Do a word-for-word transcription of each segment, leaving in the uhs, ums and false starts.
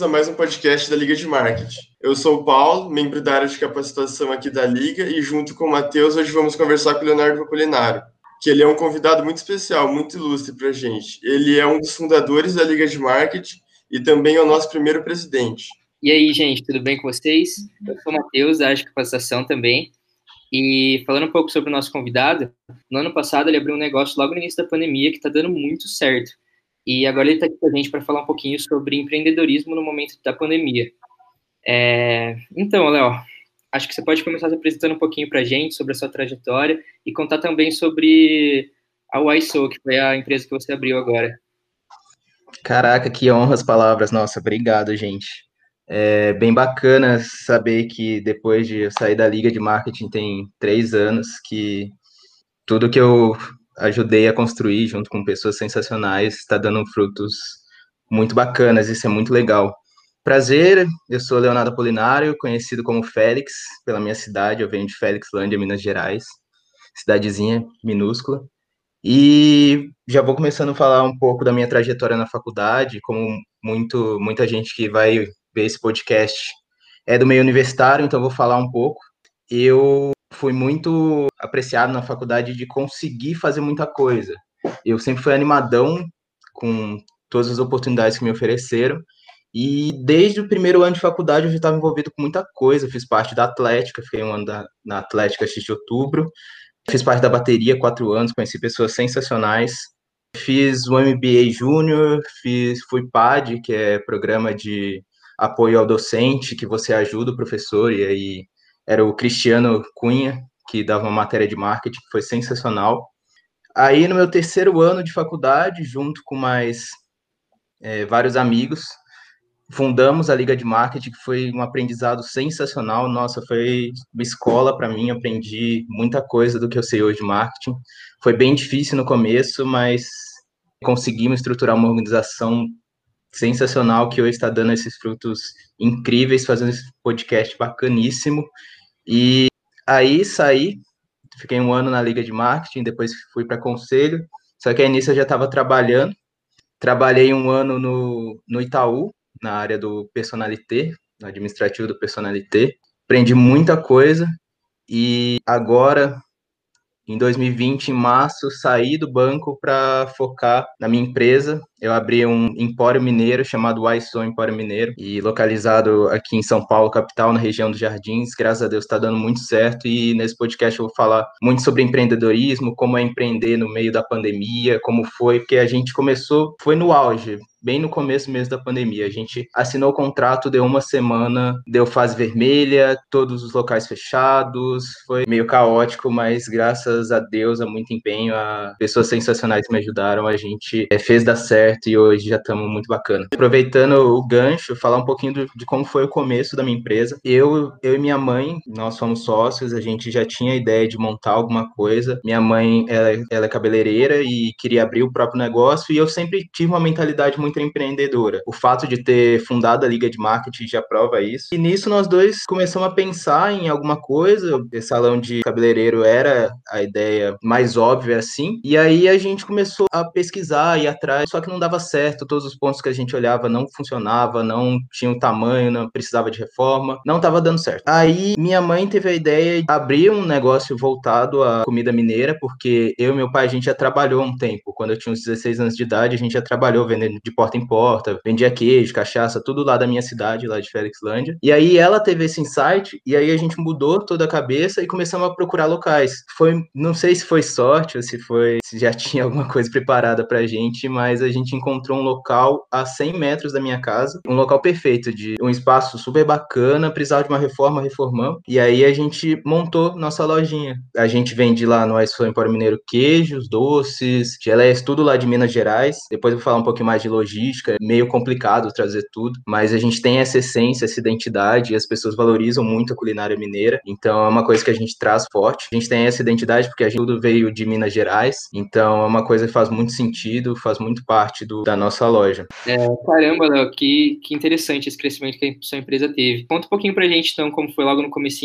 bem-vindos a mais um podcast da Liga de Marketing. Eu sou o Paulo, membro da área de capacitação aqui da Liga, e junto com o Matheus, hoje vamos conversar com o Leonardo Apolinário, que ele é um convidado muito especial, muito ilustre para a gente. Ele é um dos fundadores da Liga de Marketing e também é o nosso primeiro presidente. E aí, gente, tudo bem com vocês? Eu sou o Matheus, da área de capacitação também. E falando um pouco sobre o nosso convidado, no ano passado ele abriu um negócio logo no início da pandemia que está dando muito certo. E agora ele está aqui com a gente para falar um pouquinho sobre empreendedorismo no momento da pandemia. É... Então, Léo, acho que você pode começar se apresentando um pouquinho para a gente sobre a sua trajetória e contar também sobre a WhySo, que foi a empresa que você abriu agora. Caraca, que honra as palavras. Nossa, obrigado, gente. É bem bacana saber que depois de eu sair da Liga de Marketing tem três anos, que tudo que eu ajudei a construir junto com pessoas sensacionais está dando frutos muito bacanas, isso é muito legal. Prazer, eu sou Leonardo Apolinário, conhecido como Félix, pela minha cidade, eu venho de Félixlândia, Minas Gerais, cidadezinha minúscula. E já vou começando a falar um pouco da minha trajetória na faculdade, como muito, muita gente que vai ver esse podcast é do meio universitário, então vou falar um pouco. Eu fui muito apreciado na faculdade de conseguir fazer muita coisa. Eu sempre fui animadão com todas as oportunidades que me ofereceram, e desde o primeiro ano de faculdade eu já estava envolvido com muita coisa, fiz parte da Atlética, fiquei um ano da, na Atlética X de Outubro, fiz parte da bateria quatro anos, conheci pessoas sensacionais. Fiz o M B A Júnior, fiz, fui P A D, que é programa de apoio ao docente, que você ajuda o professor, e aí era o Cristiano Cunha, que dava uma matéria de marketing, que foi sensacional. Aí no meu terceiro ano de faculdade, junto com mais é, vários amigos, fundamos a Liga de Marketing, que foi um aprendizado sensacional. Nossa, foi uma escola para mim, aprendi muita coisa do que eu sei hoje de marketing. Foi bem difícil no começo, mas conseguimos estruturar uma organização sensacional que hoje está dando esses frutos incríveis, fazendo esse podcast bacaníssimo. E aí saí, fiquei um ano na Liga de Marketing, depois fui para conselho, só que aí nisso eu já estava trabalhando. Trabalhei um ano no, no Itaú, na área do personalité, no administrativo do personalité. Aprendi muita coisa e agora, em dois mil e vinte, em março, saí do banco para focar na minha empresa. Eu abri um empório mineiro chamado WhySo Empório Mineiro, e localizado aqui em São Paulo, capital, na região dos Jardins. Graças a Deus está dando muito certo, e nesse podcast eu vou falar muito sobre empreendedorismo, como é empreender no meio da pandemia, como foi, porque a gente começou, foi no auge, bem no começo mesmo da pandemia. A gente assinou o contrato, deu uma semana, deu fase vermelha, todos os locais fechados, foi meio caótico, mas graças a Deus, a muito empenho, a pessoas sensacionais que me ajudaram, a gente é, fez dar certo, e hoje já estamos muito bacana. Aproveitando o gancho, falar um pouquinho do, de como foi o começo da minha empresa. Eu, eu e minha mãe, nós somos sócios, a gente já tinha a ideia de montar alguma coisa. Minha mãe, ela, ela é cabeleireira e queria abrir o próprio negócio, e eu sempre tive uma mentalidade muito empreendedora. O fato de ter fundado a Liga de Marketing já prova isso. E nisso nós dois começamos a pensar em alguma coisa. Esse salão de cabeleireiro era a ideia mais óbvia assim. E aí a gente começou a pesquisar e ir atrás, só que não dava certo. Todos os pontos que a gente olhava não funcionava, não tinha o tamanho, não precisava de reforma, não estava dando certo. Aí minha mãe teve a ideia de abrir um negócio voltado à comida mineira, porque eu e meu pai, a gente já trabalhou um tempo. Quando eu tinha uns dezesseis anos de idade, a gente já trabalhou vendendo de porta em porta, vendia queijo, cachaça, tudo lá da minha cidade, lá de Félixlândia. E aí ela teve esse insight, e aí a gente mudou toda a cabeça e começamos a procurar locais. Foi, não sei se foi sorte ou se foi, se já tinha alguma coisa preparada pra gente, mas a gente encontrou um local a cem metros da minha casa, um local perfeito, de um espaço super bacana, precisava de uma reforma, reformamos, e aí a gente montou nossa lojinha. A gente vende lá no WhySo Empório Mineiro queijos, doces, geleias, tudo lá de Minas Gerais. Depois eu vou falar um pouquinho mais de logística, é meio complicado trazer tudo, mas a gente tem essa essência, essa identidade, e as pessoas valorizam muito a culinária mineira, então é uma coisa que a gente traz forte. A gente tem essa identidade porque a gente tudo veio de Minas Gerais, então é uma coisa que faz muito sentido, faz muito parte do, da nossa loja. É, caramba, Léo, que, que interessante esse crescimento que a sua empresa teve. Conta um pouquinho pra gente, então, como foi logo no comecinho,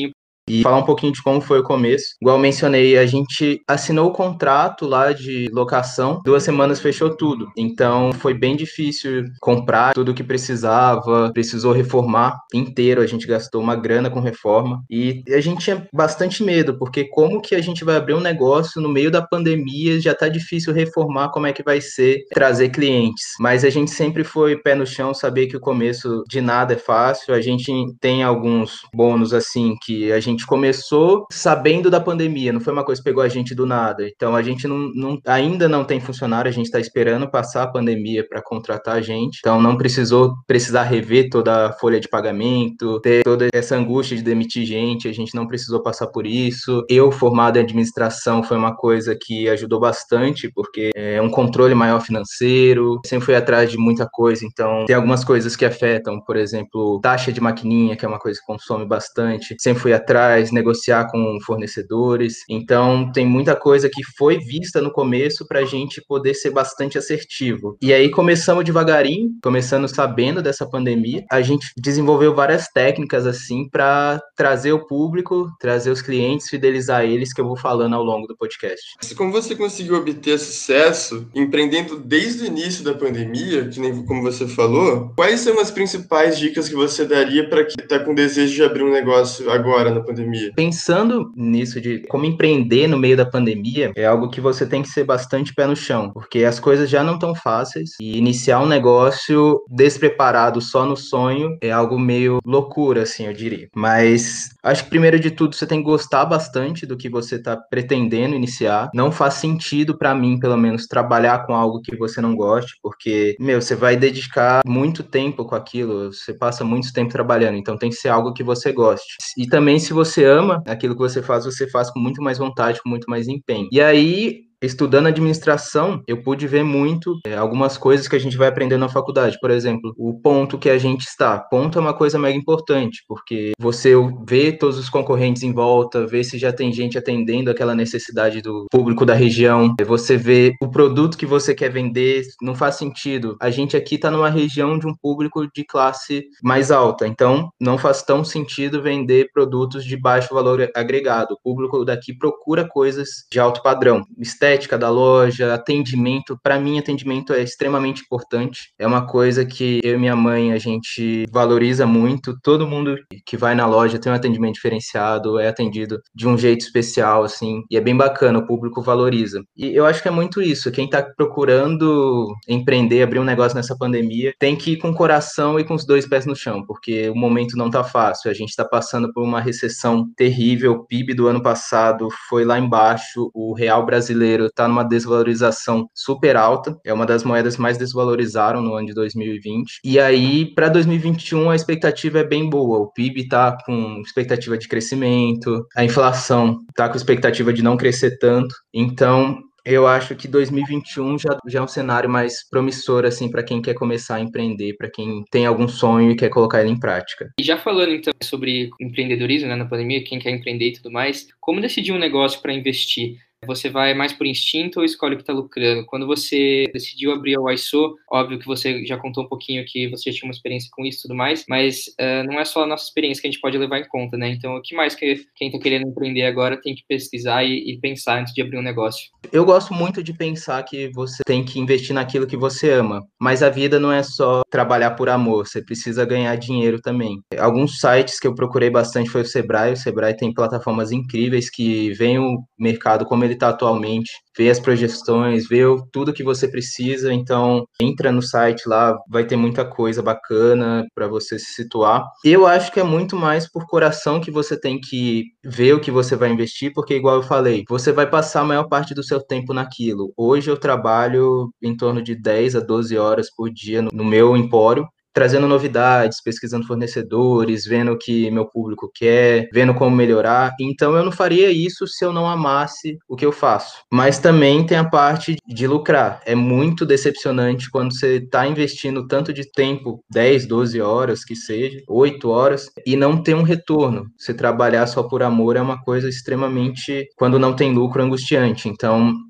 e falar um pouquinho de como foi o começo. Igual eu mencionei, a gente assinou o contrato lá de locação, duas semanas fechou tudo. Então foi bem difícil comprar tudo o que precisava, precisou reformar inteiro, a gente gastou uma grana com reforma e a gente tinha bastante medo, porque como que a gente vai abrir um negócio no meio da pandemia, já tá difícil reformar, como é que vai ser trazer clientes. Mas a gente sempre foi pé no chão, saber que o começo de nada é fácil, a gente tem alguns bônus assim, que a gente começou sabendo da pandemia, não foi uma coisa que pegou a gente do nada. Então a gente não, não ainda não tem funcionário, a gente está esperando passar a pandemia para contratar a gente. Então não precisou precisar rever toda a folha de pagamento, ter toda essa angústia de demitir gente, a gente não precisou passar por isso. Eu, formado em administração, foi uma coisa que ajudou bastante, porque é um controle maior financeiro, sempre fui atrás de muita coisa, então tem algumas coisas que afetam, por exemplo, taxa de maquininha, que é uma coisa que consome bastante, sempre fui atrás, negociar com fornecedores, então tem muita coisa que foi vista no começo para a gente poder ser bastante assertivo. E aí começamos devagarinho, começando sabendo dessa pandemia, a gente desenvolveu várias técnicas assim para trazer o público, trazer os clientes, fidelizar eles, que eu vou falando ao longo do podcast. Como você conseguiu obter sucesso empreendendo desde o início da pandemia, que nem como você falou, quais são as principais dicas que você daria para quem está com desejo de abrir um negócio agora na pandemia? Pensando nisso de como empreender no meio da pandemia, é algo que você tem que ser bastante pé no chão, porque as coisas já não estão fáceis e iniciar um negócio despreparado só no sonho é algo meio loucura, assim, eu diria. Mas acho que primeiro de tudo você tem que gostar bastante do que você está pretendendo iniciar. Não faz sentido para mim, pelo menos, trabalhar com algo que você não goste, porque, meu, você vai dedicar muito tempo com aquilo, você passa muito tempo trabalhando, então tem que ser algo que você goste. E também, se você ama aquilo que você faz, você faz com muito mais vontade, com muito mais empenho. E aí, estudando administração, eu pude ver muito é, algumas coisas que a gente vai aprender na faculdade. Por exemplo, o ponto que a gente está. Ponto é uma coisa mega importante, porque você vê todos os concorrentes em volta, vê se já tem gente atendendo aquela necessidade do público da região, você vê o produto que você quer vender, não faz sentido. A gente aqui está numa região de um público de classe mais alta, então não faz tão sentido vender produtos de baixo valor agregado. O público daqui procura coisas de alto padrão. Estética da loja, atendimento. Para mim, atendimento é extremamente importante. É uma coisa que eu e minha mãe, a gente valoriza muito. Todo mundo que vai na loja tem um atendimento diferenciado, é atendido de um jeito especial, assim, e é bem bacana, o público valoriza. E eu acho que é muito isso. Quem está procurando empreender, abrir um negócio nessa pandemia, tem que ir com o coração e com os dois pés no chão, porque o momento não tá fácil. A gente está passando por uma recessão terrível. O P I B do ano passado foi lá embaixo, o real brasileiro está numa desvalorização super alta, é uma das moedas mais desvalorizaram no ano de dois mil e vinte. E aí, para dois mil e vinte e um, a expectativa é bem boa. O P I B está com expectativa de crescimento, a inflação está com expectativa de não crescer tanto. Então, eu acho que dois mil e vinte e um já, já é um cenário mais promissor, assim, para quem quer começar a empreender, para quem tem algum sonho e quer colocar ele em prática. E já falando, então, sobre empreendedorismo, né, na pandemia, quem quer empreender e tudo mais, como decidir um negócio para investir? Você vai mais por instinto ou escolhe o que está lucrando? Quando você decidiu abrir a Waiso, óbvio que você já contou um pouquinho que você já tinha uma experiência com isso e tudo mais, mas uh, não é só a nossa experiência que a gente pode levar em conta, né? Então, o que mais que quem está querendo empreender agora tem que pesquisar e, e pensar antes de abrir um negócio? Eu gosto muito de pensar que você tem que investir naquilo que você ama, mas a vida não é só trabalhar por amor, você precisa ganhar dinheiro também. Alguns sites que eu procurei bastante foi o Sebrae. O Sebrae tem plataformas incríveis que veem o mercado como ele está atualmente, vê as projeções, vê tudo que você precisa, então entra no site lá, vai ter muita coisa bacana para você se situar. Eu acho que é muito mais por coração que você tem que ver o que você vai investir, porque igual eu falei, você vai passar a maior parte do seu tempo naquilo. Hoje eu trabalho em torno de dez a doze horas por dia no, no meu empório, trazendo novidades, pesquisando fornecedores, vendo o que meu público quer, vendo como melhorar. Então eu não faria isso se eu não amasse o que eu faço. Mas também tem a parte de lucrar. É muito decepcionante quando você está investindo tanto de tempo, dez, doze horas que seja, oito horas, e não ter um retorno. Você trabalhar só por amor é uma coisa extremamente, quando não tem lucro, angustiante. Então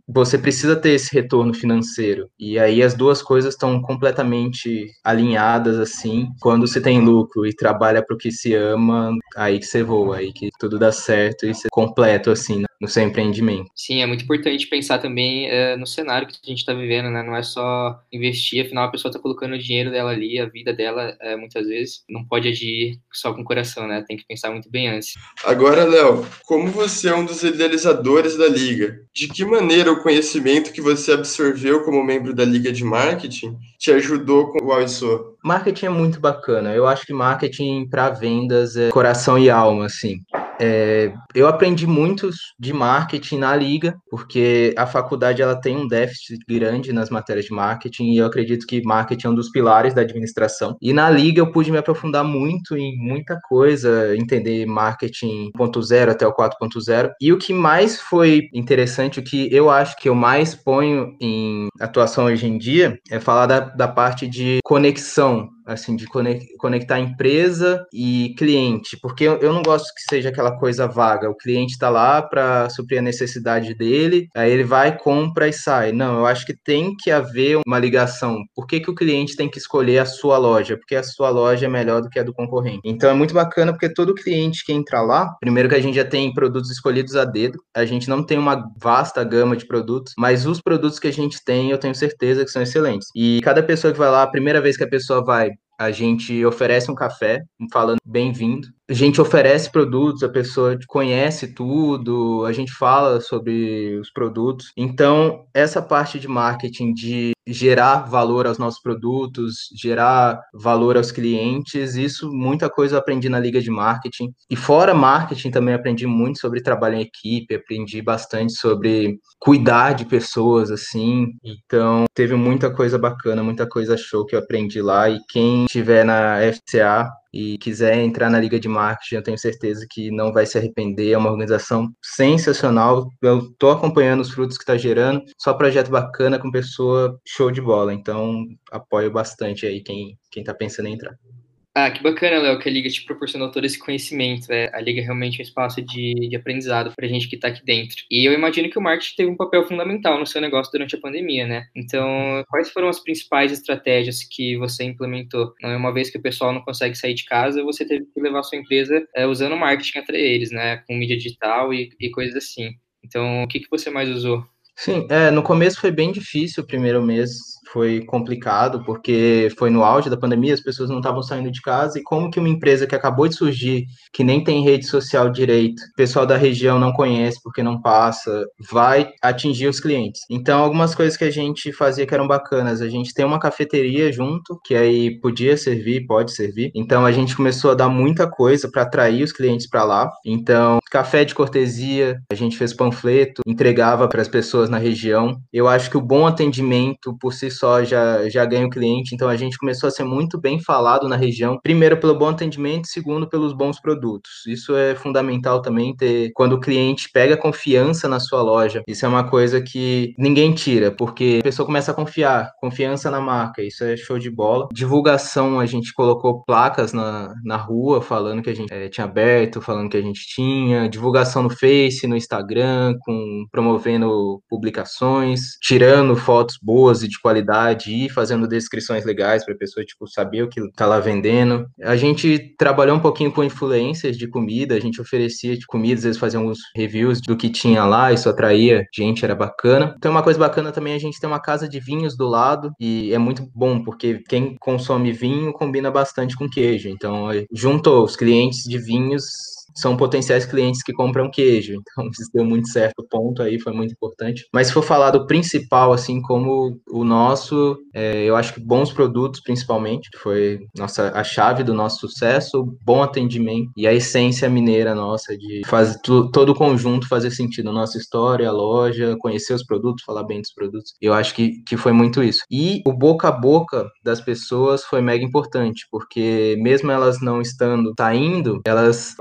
você precisa ter esse retorno financeiro. E aí as duas coisas estão completamente alinhadas, assim. Quando você tem lucro e trabalha para o que se ama, aí que você voa, aí que tudo dá certo e você é completo, assim, no seu empreendimento. Sim, é muito importante pensar também é, no cenário que a gente está vivendo, né? Não é só investir, afinal a pessoa está colocando o dinheiro dela ali, a vida dela, é, muitas vezes, não pode agir só com o coração, né? Tem que pensar muito bem antes. Agora, Léo, como você é um dos idealizadores da Liga, de que maneira o conhecimento que você absorveu como membro da Liga de Marketing te ajudou com o Aisô? Marketing é muito bacana. Eu acho que marketing para vendas é coração e alma, assim. É, eu aprendi muito de marketing na Liga, porque a faculdade ela tem um déficit grande nas matérias de marketing e eu acredito que marketing é um dos pilares da administração. E na Liga eu pude me aprofundar muito em muita coisa, entender marketing um ponto zero até o quatro ponto zero. E o que mais foi interessante, o que eu acho que eu mais ponho em atuação hoje em dia, é falar da, da parte de conexão, assim, de conectar empresa e cliente, porque eu, eu não gosto que seja aquela coisa vaga, o cliente está lá para suprir a necessidade dele, aí ele vai, compra e sai. Não, eu acho que tem que haver uma ligação. Por que que o cliente tem que escolher a sua loja? Porque a sua loja é melhor do que a do concorrente. Então é muito bacana porque todo cliente que entra lá, primeiro que a gente já tem produtos escolhidos a dedo, a gente não tem uma vasta gama de produtos, mas os produtos que a gente tem, eu tenho certeza que são excelentes. E cada pessoa que vai lá, a primeira vez que a pessoa vai, a gente oferece um café, falando bem-vindo. A gente oferece produtos, a pessoa conhece tudo, a gente fala sobre os produtos. Então, essa parte de marketing, de gerar valor aos nossos produtos, gerar valor aos clientes, isso, muita coisa eu aprendi na Liga de Marketing. E fora marketing, também aprendi muito sobre trabalho em equipe, aprendi bastante sobre cuidar de pessoas, assim. Então, teve muita coisa bacana, muita coisa show que eu aprendi lá. E quem estiver na F C A e quiser entrar na Liga de Marketing, eu tenho certeza que não vai se arrepender. É uma organização sensacional. Eu estou acompanhando os frutos que está gerando. Só projeto bacana com pessoa show de bola. Então, apoio bastante aí quem quem está pensando em entrar. Ah, que bacana, Léo, que a Liga te proporcionou todo esse conhecimento. É, a Liga é realmente um espaço de, de aprendizado para a gente que está aqui dentro. E eu imagino que o marketing teve um papel fundamental no seu negócio durante a pandemia, né? Então, quais foram as principais estratégias que você implementou? Uma vez que o pessoal não consegue sair de casa, você teve que levar a sua empresa é, usando marketing entre eles, né? Com mídia digital e, e coisas assim. Então, o que, que você mais usou? Sim, é, no começo foi bem difícil, o primeiro mês foi complicado, porque foi no auge da pandemia, as pessoas não estavam saindo de casa, e como que uma empresa que acabou de surgir, que nem tem rede social direito, o pessoal da região não conhece porque não passa, vai atingir os clientes. Então, algumas coisas que a gente fazia que eram bacanas, a gente tem uma cafeteria junto, que aí podia servir, pode servir, então a gente começou a dar muita coisa para atrair os clientes para lá, então, café de cortesia, a gente fez panfleto, entregava para as pessoas na região. Eu acho que o bom atendimento por si só já, já ganha o cliente, então a gente começou a ser muito bem falado na região, primeiro pelo bom atendimento, segundo pelos bons produtos. Isso é fundamental também ter, quando o cliente pega confiança na sua loja, isso é uma coisa que ninguém tira, porque a pessoa começa a confiar, confiança na marca, isso é show de bola. Divulgação, a gente colocou placas na, na rua falando que a gente é, tinha aberto, falando que a gente tinha, divulgação no Face, no Instagram, com promovendo publicações, tirando fotos boas e de qualidade e fazendo descrições legais para a pessoa tipo, saber o que está lá vendendo. A gente trabalhou um pouquinho com influencers de comida, a gente oferecia de comida, às vezes fazia uns reviews do que tinha lá, isso atraía gente, era bacana. Então uma coisa bacana também, a gente tem uma casa de vinhos do lado e é muito bom, porque quem consome vinho combina bastante com queijo. Então juntou os clientes de vinhos são potenciais clientes que compram queijo, então isso deu muito certo, o ponto aí foi muito importante. Mas se for falar do principal, assim, como o nosso, é, eu acho que bons produtos, principalmente, foi nossa, a chave do nosso sucesso, bom atendimento e a essência mineira nossa de fazer todo o conjunto fazer sentido, nossa história, a loja, conhecer os produtos, falar bem dos produtos, eu acho que, que foi muito isso. E o boca a boca das pessoas foi mega importante, porque mesmo elas não estando saindo, elas, uma comentou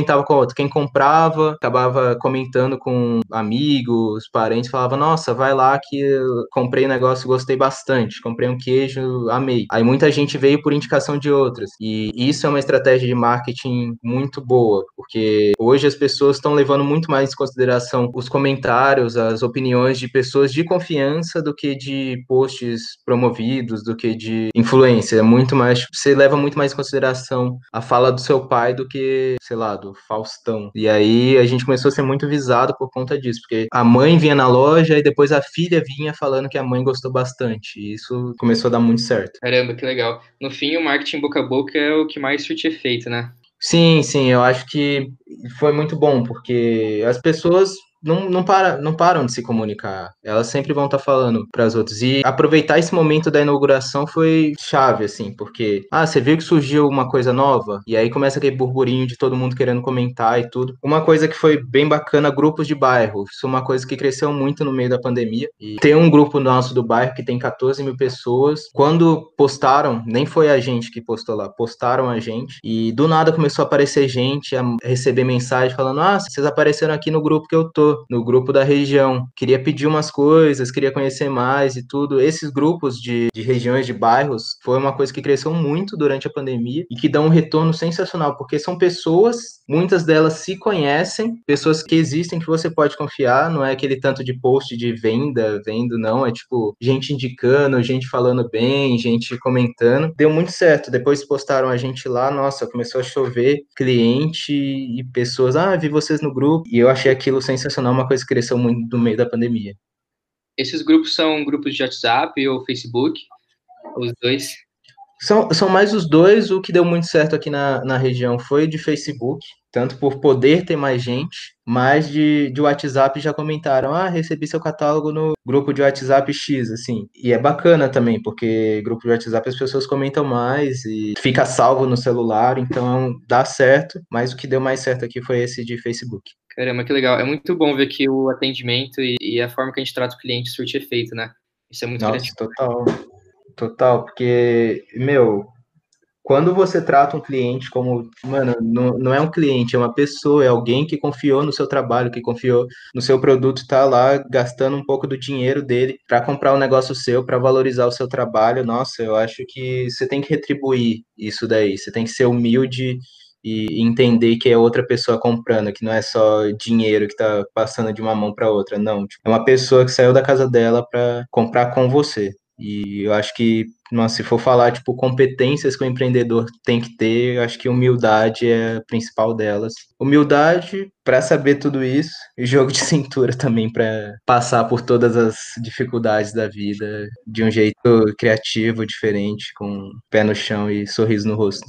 comentava com a outra. Quem comprava, acabava comentando com amigos, parentes, falava, nossa, vai lá que eu comprei um negócio, gostei bastante, comprei um queijo, amei. Aí muita gente veio por indicação de outras. E isso é uma estratégia de marketing muito boa, porque hoje as pessoas estão levando muito mais em consideração os comentários, as opiniões de pessoas de confiança do que de posts promovidos, do que de influência. É muito mais, você leva muito mais em consideração a fala do seu pai do que, sei lá, do Faustão. E aí a gente começou a ser muito visado por conta disso, porque a mãe vinha na loja e depois a filha vinha falando que a mãe gostou bastante. E isso começou a dar muito certo. Caramba, que legal. No fim, o marketing boca a boca é o que mais surte efeito, né? Sim, sim, eu acho que foi muito bom, porque as pessoas não, não, para, não param de se comunicar, elas sempre vão estar falando para as outras. E aproveitar esse momento da inauguração foi chave, assim, porque, ah, você viu que surgiu uma coisa nova? E aí começa aquele burburinho de todo mundo querendo comentar e tudo. Uma coisa que foi bem bacana, grupos de bairro. Isso é uma coisa que cresceu muito no meio da pandemia. E tem um grupo nosso do bairro que tem quatorze mil pessoas. Quando postaram, nem foi a gente que postou lá, postaram a gente. E do nada começou a aparecer gente, a receber mensagem falando: ah, vocês apareceram aqui no grupo que eu tô, no grupo da região. Queria pedir umas coisas, queria conhecer mais e tudo. Esses grupos de, de regiões, de bairros, foi uma coisa que cresceu muito durante a pandemia e que dá um retorno sensacional, porque são pessoas, muitas delas se conhecem, pessoas que existem que você pode confiar, não é aquele tanto de post de venda, vendo, não, é tipo gente indicando, gente falando bem, gente comentando. Deu muito certo. Depois postaram a gente lá, nossa, começou a chover cliente e pessoas, ah, vi vocês no grupo, e eu achei aquilo sensacional, uma coisa que cresceu muito no meio da pandemia. Esses grupos são grupos de WhatsApp ou Facebook? Os dois? São, são mais os dois. O que deu muito certo aqui na, na região foi de Facebook, tanto por poder ter mais gente, mas de, de WhatsApp já comentaram, ah, recebi seu catálogo no grupo de WhatsApp X, assim. E é bacana também, porque grupo de WhatsApp as pessoas comentam mais e fica salvo no celular, então dá certo, mas o que deu mais certo aqui foi esse de Facebook. Caramba, que legal. É muito bom ver que o atendimento e, e a forma que a gente trata o cliente surte efeito, né? Isso é muito Nossa, criativo. total, total, porque, meu, quando você trata um cliente como, mano, não, não é um cliente, é uma pessoa, é alguém que confiou no seu trabalho, que confiou no seu produto, tá lá gastando um pouco do dinheiro dele para comprar um negócio seu, para valorizar o seu trabalho. Nossa, eu acho que você tem que retribuir isso daí. Você tem que ser humilde e entender que é outra pessoa comprando, que não é só dinheiro que tá passando de uma mão para outra, não. Tipo, é uma pessoa que saiu da casa dela para comprar com você. E eu acho que, nossa, se for falar, tipo, competências que o empreendedor tem que ter, eu acho que humildade é a principal delas. Humildade para saber tudo isso e jogo de cintura também para passar por todas as dificuldades da vida de um jeito criativo, diferente, com pé no chão e sorriso no rosto.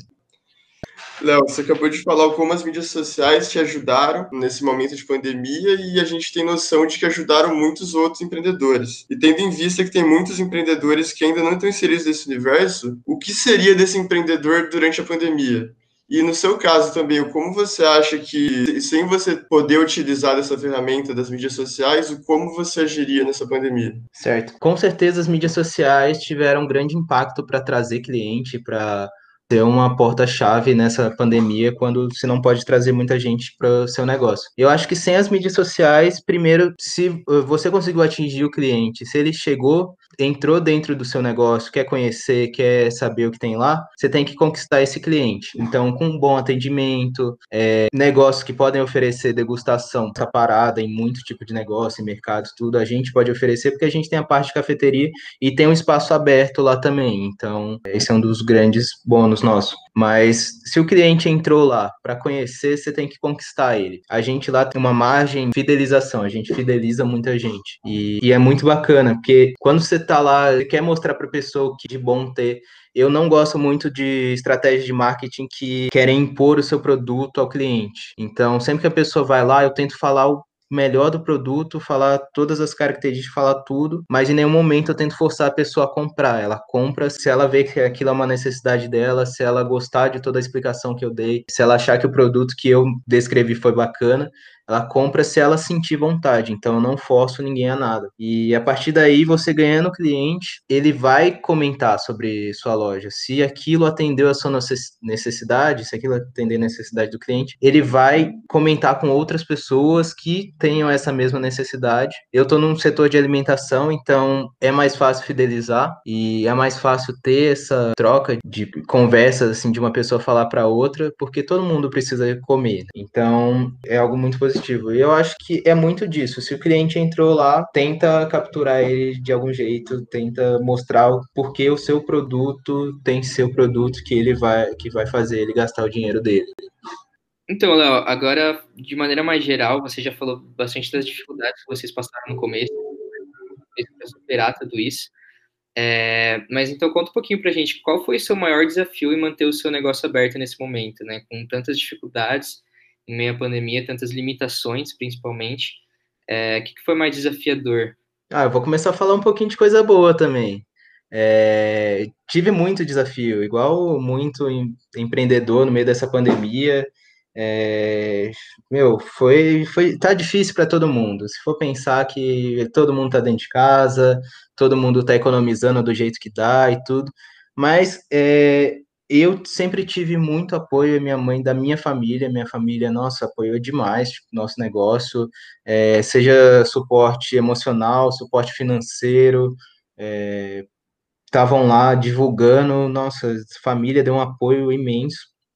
Léo, você acabou de falar como as mídias sociais te ajudaram nesse momento de pandemia e a gente tem noção de que ajudaram muitos outros empreendedores. E tendo em vista que tem muitos empreendedores que ainda não estão inseridos nesse universo, o que seria desse empreendedor durante a pandemia? E no seu caso também, como você acha que, sem você poder utilizar essa ferramenta das mídias sociais, o como você agiria nessa pandemia? Certo. Com certeza as mídias sociais tiveram um grande impacto para trazer cliente, para ser uma porta-chave nessa pandemia, quando você não pode trazer muita gente para o seu negócio. Eu acho que sem as mídias sociais, primeiro, se você conseguiu atingir o cliente, se ele chegou, entrou dentro do seu negócio, quer conhecer, quer saber o que tem lá, você tem que conquistar esse cliente. Então, com um bom atendimento, é, negócios que podem oferecer degustação separada em muito tipo de negócio, em mercado, tudo, a gente pode oferecer, porque a gente tem a parte de cafeteria e tem um espaço aberto lá também. Então, esse é um dos grandes bônus nossos. Mas se o cliente entrou lá para conhecer, você tem que conquistar ele. A gente lá tem uma margem de fidelização, a gente fideliza muita gente. E, e é muito bacana, porque quando você tá lá, você quer mostrar para a pessoa o que de bom ter. Eu não gosto muito de estratégias de marketing que querem impor o seu produto ao cliente. Então, sempre que a pessoa vai lá, eu tento falar o melhor do produto, falar todas as características, falar tudo, mas em nenhum momento eu tento forçar a pessoa a comprar. Ela compra se ela vê que aquilo é uma necessidade dela, se ela gostar de toda a explicação que eu dei, se ela achar que o produto que eu descrevi foi bacana, ela compra se ela sentir vontade, então eu não forço ninguém a nada. E a partir daí, você ganhando o cliente, ele vai comentar sobre sua loja. Se aquilo atendeu a sua necessidade, se aquilo atender a necessidade do cliente, ele vai comentar com outras pessoas que tenham essa mesma necessidade. Eu estou num setor de alimentação, então é mais fácil fidelizar e é mais fácil ter essa troca de conversas, assim, de uma pessoa falar para outra, porque todo mundo precisa comer. Então, é algo muito positivo. E eu acho que é muito disso. Se o cliente entrou lá, tenta capturar ele de algum jeito, tenta mostrar o porquê o seu produto tem que ser o produto que ele vai, que vai fazer ele gastar o dinheiro dele. Então, Léo, agora, de maneira mais geral, você já falou bastante das dificuldades que vocês passaram no começo, para superar tudo isso. É, mas então conta um pouquinho pra gente, qual foi o seu maior desafio em manter o seu negócio aberto nesse momento, né? Com tantas dificuldades, em meio à pandemia, tantas limitações, principalmente. É, o que foi mais desafiador? Ah, eu vou começar a falar um pouquinho de coisa boa também. É, tive muito desafio, igual muito em, empreendedor no meio dessa pandemia. É, meu, foi, foi, tá difícil para todo mundo. Se for pensar que todo mundo tá dentro de casa, todo mundo tá economizando do jeito que dá e tudo, mas é, eu sempre tive muito apoio, minha mãe, da minha família, minha família, nossa, apoiou demais, tipo, nosso negócio, é, seja suporte emocional, suporte financeiro, estavam lá divulgando, nossa, a família deu um apoio imenso,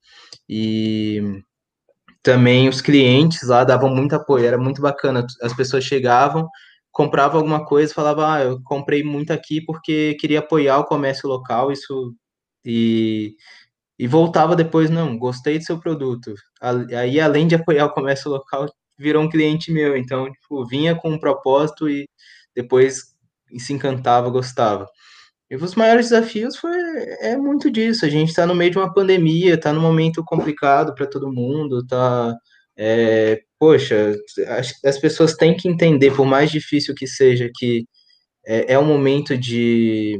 e também os clientes lá davam muito apoio, era muito bacana. As pessoas chegavam, compravam alguma coisa, falavam, ah, eu comprei muito aqui porque queria apoiar o comércio local, isso e, e voltava depois, não, gostei do seu produto. Aí, além de apoiar o comércio local, virou um cliente meu, então, tipo, vinha com um propósito e depois se encantava, gostava. E os maiores desafios foi é muito disso. A gente está no meio de uma pandemia, está num momento complicado para todo mundo, tá. É, poxa, as, as pessoas têm que entender, por mais difícil que seja, que é, é um momento de,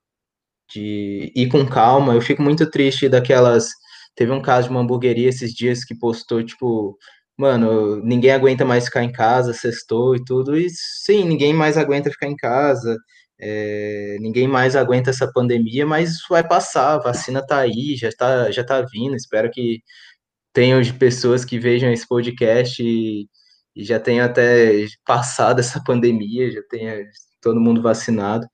de ir com calma. Eu fico muito triste daquelas. Teve um caso de uma hamburgueria esses dias que postou, tipo, mano, ninguém aguenta mais ficar em casa, sextou e tudo. E sim, ninguém mais aguenta ficar em casa, é, ninguém mais aguenta essa pandemia, mas isso vai passar, a vacina tá aí, já tá, já tá vindo. Espero que tenham pessoas que vejam esse podcast e, e já tenham até passado essa pandemia, já tenha todo mundo vacinado.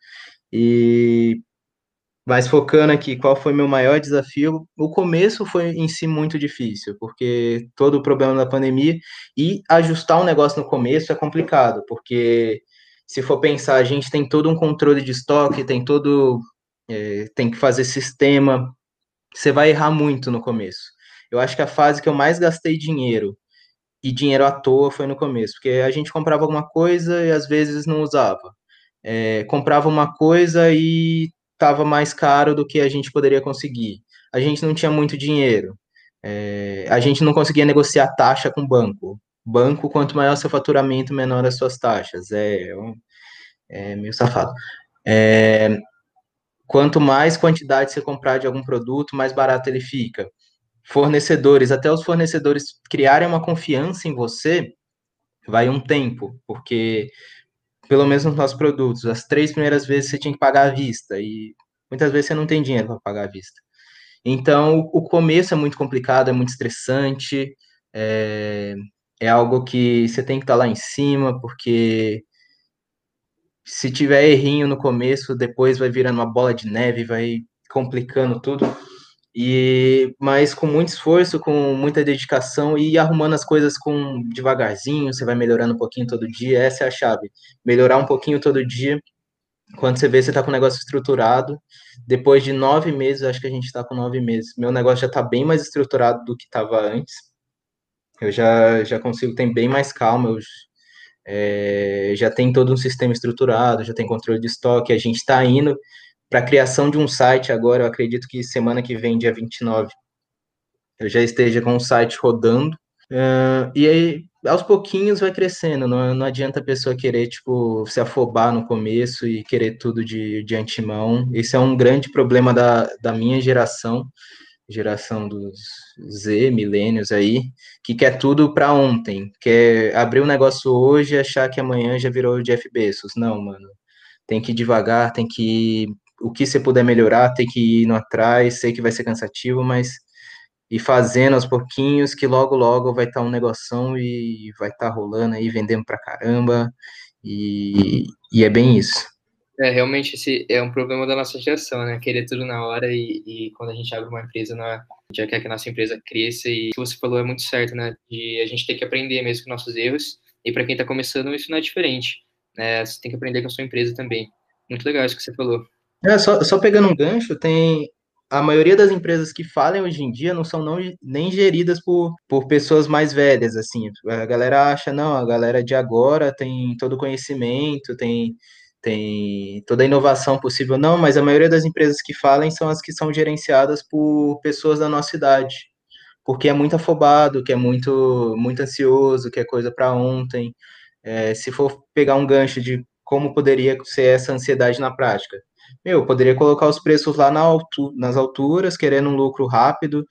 E mas focando aqui, qual foi meu maior desafio? O começo foi em si muito difícil, porque todo o problema da pandemia e ajustar um negócio no começo é complicado, porque se for pensar, a gente tem todo um controle de estoque, tem todo, é, tem que fazer sistema, você vai errar muito no começo. Eu acho que a fase que eu mais gastei dinheiro e dinheiro à toa foi no começo, porque a gente comprava alguma coisa e às vezes não usava. É, comprava uma coisa e estava mais caro do que a gente poderia conseguir. A gente não tinha muito dinheiro. É, a gente não conseguia negociar taxa com o banco. Banco, quanto maior seu faturamento, menor as suas taxas. É, é meio safado. É, quanto mais quantidade você comprar de algum produto, mais barato ele fica. Fornecedores, até os fornecedores criarem uma confiança em você, vai um tempo, porque pelo menos nos nossos produtos, as três primeiras vezes você tinha que pagar à vista e muitas vezes você não tem dinheiro para pagar à vista. Então, o começo é muito complicado, é muito estressante, é, é algo que você tem que estar lá em cima, porque se tiver errinho no começo, depois vai virando uma bola de neve, vai complicando tudo. E mas com muito esforço, com muita dedicação e arrumando as coisas com devagarzinho, você vai melhorando um pouquinho todo dia, essa é a chave. Melhorar um pouquinho todo dia. Quando você vê, você está com o negócio estruturado. Depois de nove meses, acho que a gente está com nove meses. Meu negócio já está bem mais estruturado do que estava antes. Eu já, já consigo ter bem mais calma. Eu, é, já tem todo um sistema estruturado, já tem controle de estoque. A gente está indo para a criação de um site agora. Eu acredito que semana que vem, dia vinte e nove, eu já esteja com o site rodando. Uh, e aí, aos pouquinhos vai crescendo, não, não adianta a pessoa querer, tipo, se afobar no começo e querer tudo de, de antemão. Esse é um grande problema da, da minha geração. geração dos Z, milênios aí, que quer tudo para ontem, quer abrir um negócio hoje e achar que amanhã já virou Jeff Bezos. Não, mano, tem que ir devagar, tem que ir, o que você puder melhorar, tem que ir indo atrás, sei que vai ser cansativo, mas ir fazendo aos pouquinhos, que logo, logo vai estar um negoção e vai estar rolando aí, vendendo pra caramba, e, e é bem isso. É, realmente esse é um problema da nossa geração, né? Querer tudo na hora e, e quando a gente abre uma empresa, não é- a gente já quer que a nossa empresa cresça e o que você falou é muito certo, né? De a gente ter que aprender mesmo com nossos erros e para quem está começando isso não é diferente, né? Você tem que aprender com a sua empresa também. Muito legal isso que você falou. É, só, só pegando um gancho, tem a maioria das empresas que falem hoje em dia não são não, nem geridas por, por pessoas mais velhas, assim. A galera acha, não, a galera de agora tem todo o conhecimento, tem, tem toda a inovação possível. Não, mas a maioria das empresas que falem são as que são gerenciadas por pessoas da nossa idade, porque é muito afobado, que é muito, muito ansioso, que é coisa para ontem. É, se for pegar um gancho de como poderia ser essa ansiedade na prática, meu, poderia colocar os preços lá na altu nas alturas, querendo um lucro rápido,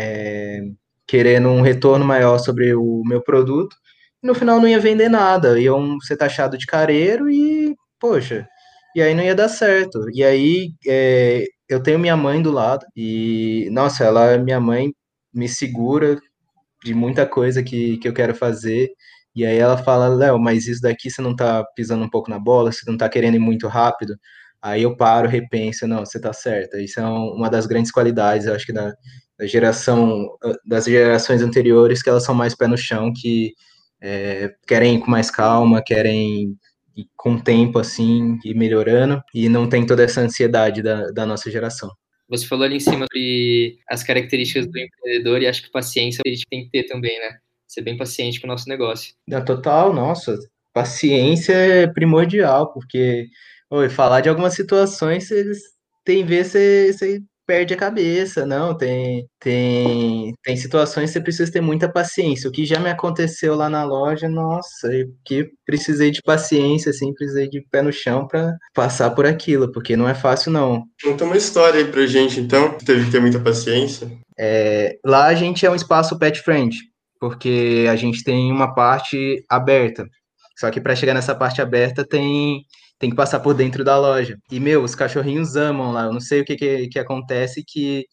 é, querendo um retorno maior sobre o meu produto, e no final não ia vender nada, iam ser taxado de careiro e, poxa, e aí não ia dar certo. E aí é, eu tenho minha mãe do lado, e, nossa, ela, minha mãe, me segura de muita coisa que, que eu quero fazer. E aí ela fala, Léo, mas isso daqui você não tá pisando um pouco na bola, você não tá querendo ir muito rápido. Aí eu paro, repenso, não, você tá certa. Isso é um- uma das grandes qualidades, eu acho que da, da geração, das gerações anteriores, que elas são mais pé no chão, que é, querem ir com mais calma, querem ir com o tempo, assim, ir melhorando, e não tem toda essa ansiedade da, da nossa geração. Você falou ali em cima sobre as características do empreendedor e acho que paciência a gente tem que ter também, né? Ser bem paciente com o nosso negócio. Na total, nossa, paciência é primordial, porque oi, falar de algumas situações, vocês tem vezes você, você perde a cabeça, não, tem, tem, tem situações que você precisa ter muita paciência. O que já me aconteceu lá na loja, nossa, eu que precisei de paciência, assim, precisei de pé no chão para passar por aquilo, porque não é fácil, não. Conta uma história aí pra gente, então. Teve que ter muita paciência. É, lá a gente é um espaço pet friend, porque a gente tem uma parte aberta. Só que para chegar nessa parte aberta tem, tem que passar por dentro da loja. E, meu, os cachorrinhos amam lá. Eu não sei o que, que, que acontece que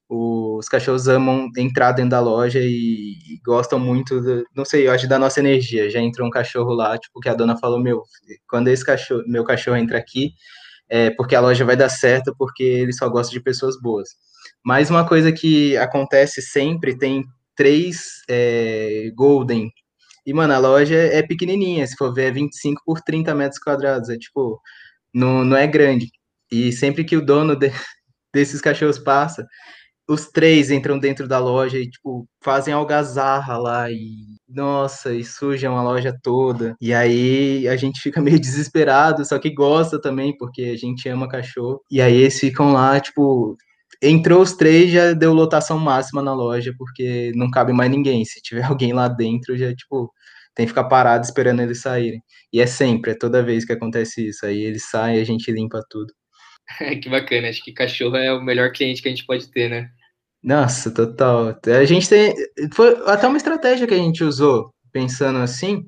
os cachorros amam entrar dentro da loja e, e gostam muito, do, não sei, eu acho da nossa energia. Já entrou um cachorro lá, tipo, que a dona falou, meu, quando esse cachorro, meu cachorro entra aqui, é porque a loja vai dar certo, porque ele só gosta de pessoas boas. Mas uma coisa que acontece sempre, tem três é, Golden. E, mano, a loja é pequenininha, se for ver, é vinte e cinco por trinta metros quadrados. É tipo, não, não é grande. E sempre que o dono de- desses cachorros passa, os três entram dentro da loja e, tipo, fazem algazarra lá e, nossa, e sujam a loja toda. E aí a gente fica meio desesperado, só que gosta também, porque a gente ama cachorro. E aí eles ficam lá, tipo, entrou os três, já deu lotação máxima na loja, porque não cabe mais ninguém. Se tiver alguém lá dentro, já, tipo, tem que ficar parado esperando eles saírem. E é sempre, é toda vez que acontece isso. Aí eles saem, a gente limpa tudo. Que bacana, acho que cachorro é o melhor cliente que a gente pode ter, né? Nossa, total. A gente tem. Foi até uma estratégia que a gente usou, pensando assim.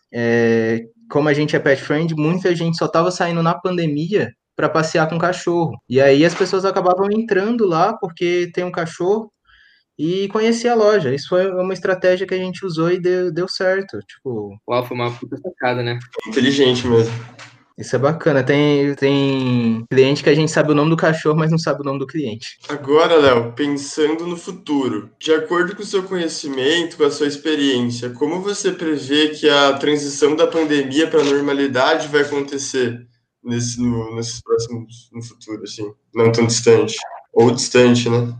É, como a gente é pet friend, muita gente só estava saindo na pandemia para passear com cachorro. E aí as pessoas acabavam entrando lá porque tem um cachorro e conhecia a loja. Isso foi uma estratégia que a gente usou e deu, deu certo. Tipo, Uau, foi uma puta sacada, né? Inteligente mesmo. isso é bacana. Tem, tem cliente que a gente sabe o nome do cachorro, mas não sabe o nome do cliente. Agora, Léo, pensando no futuro, de acordo com o seu conhecimento, com a sua experiência, como você prevê que a transição da pandemia para a normalidade vai acontecer nesse, no, nesses próximos, no futuro, assim, não tão distante? Ou distante, né?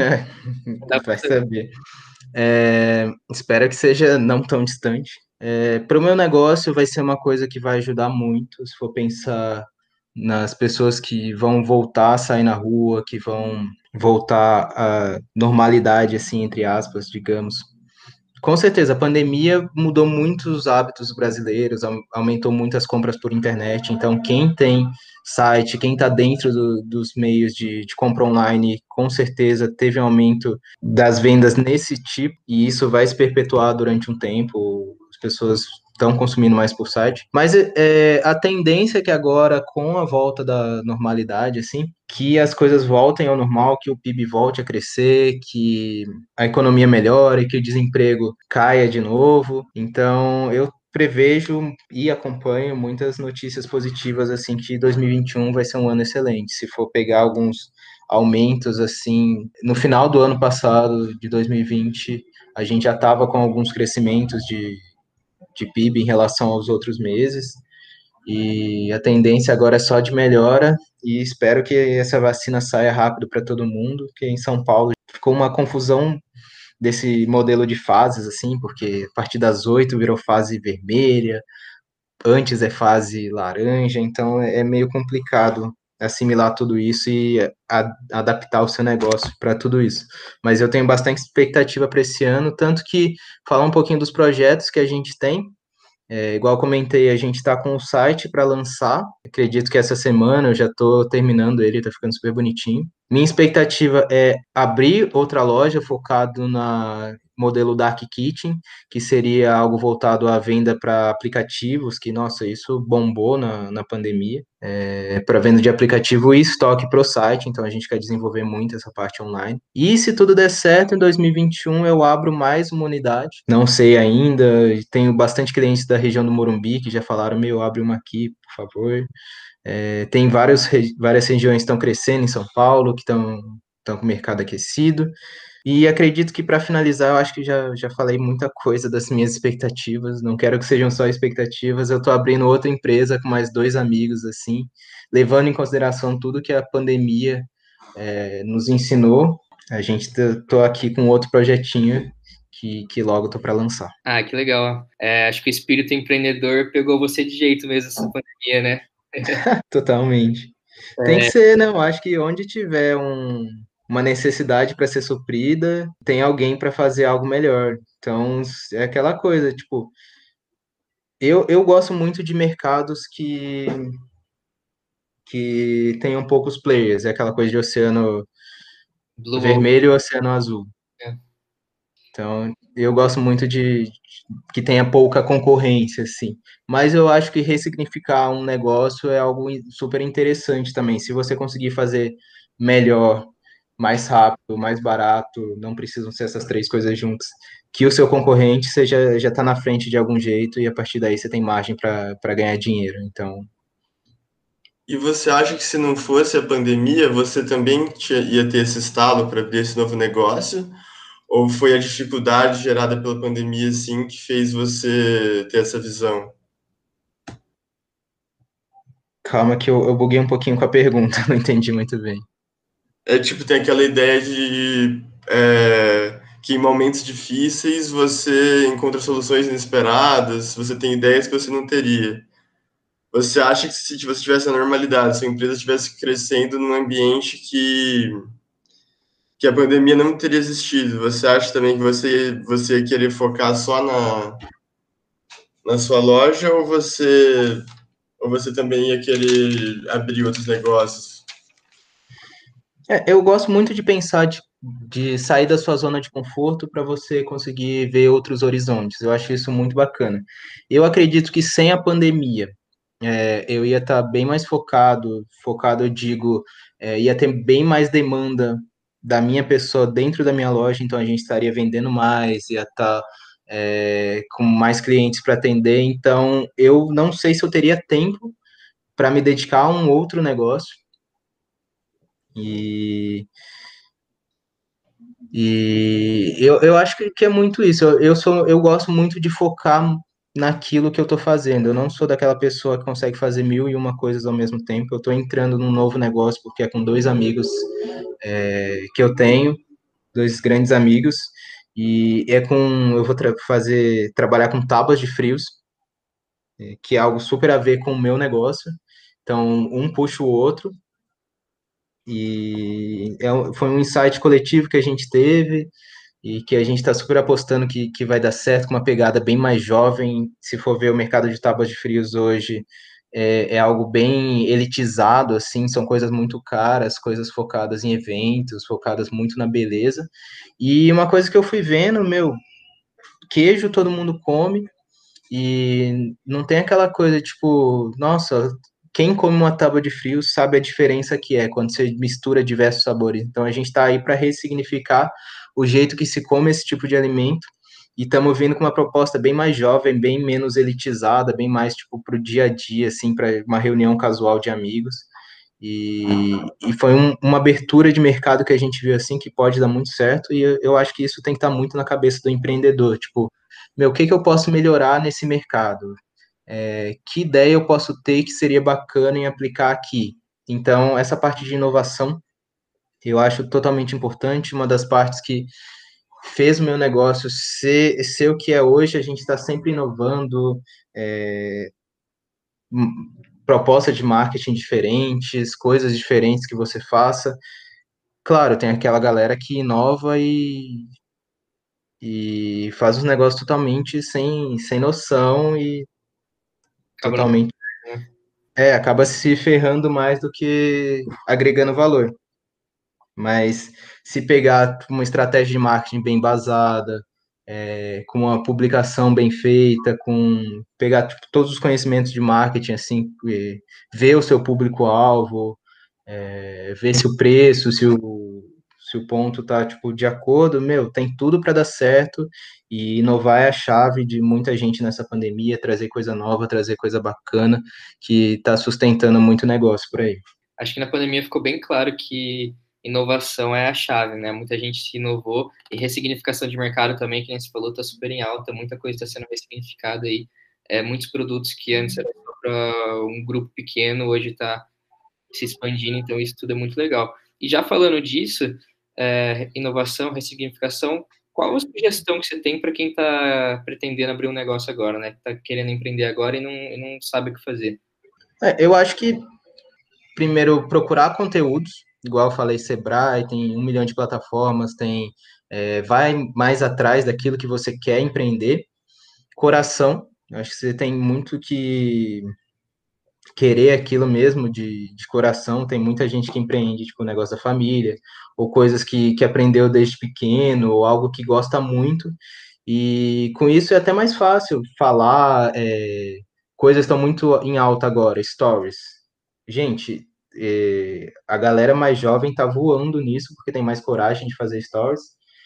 Dá Vai pra saber. É, espero que seja não tão distante. É, para o meu negócio, vai ser uma coisa que vai ajudar muito, se for pensar nas pessoas que vão voltar a sair na rua, que vão voltar à normalidade, assim, entre aspas, digamos. Com certeza, a pandemia mudou muitos hábitos brasileiros, aumentou muitas compras por internet. Então, quem tem site, quem está dentro do, dos meios de, de compra online, com certeza teve um aumento das vendas nesse tipo, e isso vai se perpetuar durante um tempo. As pessoas estão consumindo mais por site. Mas é, a tendência é que agora, com a volta da normalidade, assim, que as coisas voltem ao normal, que o P I B volte a crescer, que a economia melhore, que o desemprego caia de novo. Então, eu prevejo e acompanho muitas notícias positivas, assim, que dois mil e vinte e um vai ser um ano excelente. Se for pegar alguns aumentos, assim, no final do ano passado, de dois mil e vinte, a gente já estava com alguns crescimentos de de P I B em relação aos outros meses, e a tendência agora é só de melhora, e espero que essa vacina saia rápido para todo mundo, porque em São Paulo ficou uma confusão desse modelo de fases, assim, porque a partir das oito virou fase vermelha, antes é fase laranja, então é meio complicado assimilar tudo isso e a, adaptar o seu negócio para tudo isso. Mas eu tenho bastante expectativa para esse ano, tanto que falar um pouquinho dos projetos que a gente tem. É, igual eu comentei, a gente está com o site para lançar. Acredito que essa semana eu já estou terminando ele, está ficando super bonitinho. Minha expectativa é abrir outra loja focado na modelo Dark Kitchen, que seria algo voltado à venda para aplicativos, que, nossa, isso bombou na, na pandemia. É, para venda de aplicativo e estoque para o site, então a gente quer desenvolver muito essa parte online. E se tudo der certo, em dois mil e vinte e um eu abro mais uma unidade. Não sei ainda, tenho bastante clientes da região do Morumbi que já falaram, meu, abre uma aqui, por favor. É, tem vários, várias regiões que estão crescendo em São Paulo, que estão estão com o mercado aquecido. E acredito que para finalizar, eu acho que já, já falei muita coisa das minhas expectativas. Não quero que sejam só expectativas. Eu estou abrindo outra empresa com mais dois amigos, assim, levando em consideração tudo que a pandemia é, nos ensinou. A gente tô aqui com outro projetinho que, que logo tô para lançar. Ah, que legal. É, acho que o espírito empreendedor pegou você de jeito mesmo essa pandemia, né? Totalmente. Tem que ser, né? Eu acho que onde tiver um, uma necessidade para ser suprida, tem alguém para fazer algo melhor. Então, é aquela coisa, tipo, eu, eu gosto muito de mercados que, que tenham poucos players, é aquela coisa de oceano Blue vermelho e oceano azul. É. Então, eu gosto muito de que tenha pouca concorrência, assim. Mas eu acho que ressignificar um negócio é algo super interessante também. Se você conseguir fazer melhor, mais rápido, mais barato, não precisam ser essas três coisas juntas, que o seu concorrente seja, já está na frente de algum jeito e a partir daí você tem margem para ganhar dinheiro. Então. E você acha que se não fosse a pandemia, você também tinha, ia ter esse estalo para abrir esse novo negócio? Ou foi a dificuldade gerada pela pandemia, assim, que fez você ter essa visão? Calma que eu, eu buguei um pouquinho com a pergunta, não entendi muito bem. É tipo, tem aquela ideia de é, que em momentos difíceis você encontra soluções inesperadas, você tem ideias que você não teria. Você acha que se você tivesse a normalidade, se a empresa estivesse crescendo num ambiente que, que a pandemia não teria existido, você acha também que você, você ia querer focar só na, na sua loja ou você, ou você também ia querer abrir outros negócios? É, eu gosto muito de pensar de, de sair da sua zona de conforto para você conseguir ver outros horizontes. Eu acho isso muito bacana. Eu acredito que sem a pandemia, é, eu ia estar bem mais focado, focado, eu digo, é, ia ter bem mais demanda da minha pessoa dentro da minha loja, então a gente estaria vendendo mais, ia estar é, com mais clientes para atender. Então, eu não sei se eu teria tempo para me dedicar a um outro negócio. E E eu, eu acho que, que é muito isso. Eu, eu sou, eu gosto muito de focar naquilo que eu estou fazendo. Eu não sou daquela pessoa que consegue fazer mil e uma coisas ao mesmo tempo. Eu estou entrando num novo negócio porque é com dois amigos é, que eu tenho, dois grandes amigos, e é com eu vou tra fazer trabalhar com tábuas de frios, é, que é algo super a ver com o meu negócio. Então, um puxa o outro. E é, foi um insight coletivo que a gente teve. e que a gente está super apostando que, que vai dar certo com uma pegada bem mais jovem. Se for ver o mercado de tábuas de frios hoje, é, é algo bem elitizado, assim, são coisas muito caras, coisas focadas em eventos, focadas muito na beleza. E uma coisa que eu fui vendo, meu, queijo todo mundo come, e não tem aquela coisa, tipo, nossa, quem come uma tábua de frios sabe a diferença que é quando você mistura diversos sabores. Então a gente está aí para ressignificar o jeito que se come esse tipo de alimento e estamos vindo com uma proposta bem mais jovem, bem menos elitizada, bem mais tipo para o dia a dia, assim, para uma reunião casual de amigos. E, e foi um, uma abertura de mercado que a gente viu assim que pode dar muito certo, e eu, eu acho que isso tem que estar muito na cabeça do empreendedor, tipo, meu, o que que eu posso melhorar nesse mercado? É, que ideia eu posso ter que seria bacana em aplicar aqui? Então, essa parte de inovação eu acho totalmente importante, uma das partes que fez o meu negócio ser, ser o que é hoje, a gente está sempre inovando, é, propostas de marketing diferentes, coisas diferentes que você faça. Claro, tem aquela galera que inova e, e faz os negócios totalmente sem, sem noção e Acaba não. totalmente. Né? É, acaba se ferrando mais do que agregando valor. Mas se pegar uma estratégia de marketing bem embasada, é, com uma publicação bem feita, com pegar tipo, todos os conhecimentos de marketing, assim, e ver o seu público-alvo, é, ver se o preço, se o, se o ponto tá tipo de acordo, meu, tem tudo para dar certo e inovar é a chave de muita gente nessa pandemia, trazer coisa nova, trazer coisa bacana que está sustentando muito negócio por aí. Acho que na pandemia ficou bem claro que inovação é a chave, né? Muita gente se inovou e ressignificação de mercado também, que nem você falou, está super em alta, muita coisa está sendo ressignificada aí. É, muitos produtos que antes eram só para um grupo pequeno, hoje está se expandindo, então isso tudo é muito legal. E já falando disso, é, inovação, ressignificação, qual a sugestão que você tem para quem está pretendendo abrir um negócio agora, né? Que está querendo empreender agora e não, e não sabe o que fazer? É, eu acho que primeiro procurar conteúdos, igual eu falei, Sebrae, tem um milhão de plataformas, tem é, vai mais atrás daquilo que você quer empreender. Coração, eu acho que você tem muito que querer aquilo mesmo de, de coração. Tem muita gente que empreende, tipo, o negócio da família, ou coisas que, que aprendeu desde pequeno, ou algo que gosta muito. E com isso é até mais fácil falar. É, coisas estão muito em alta agora, stories. Gente, é, a galera mais jovem tá voando nisso porque tem mais coragem de fazer stories.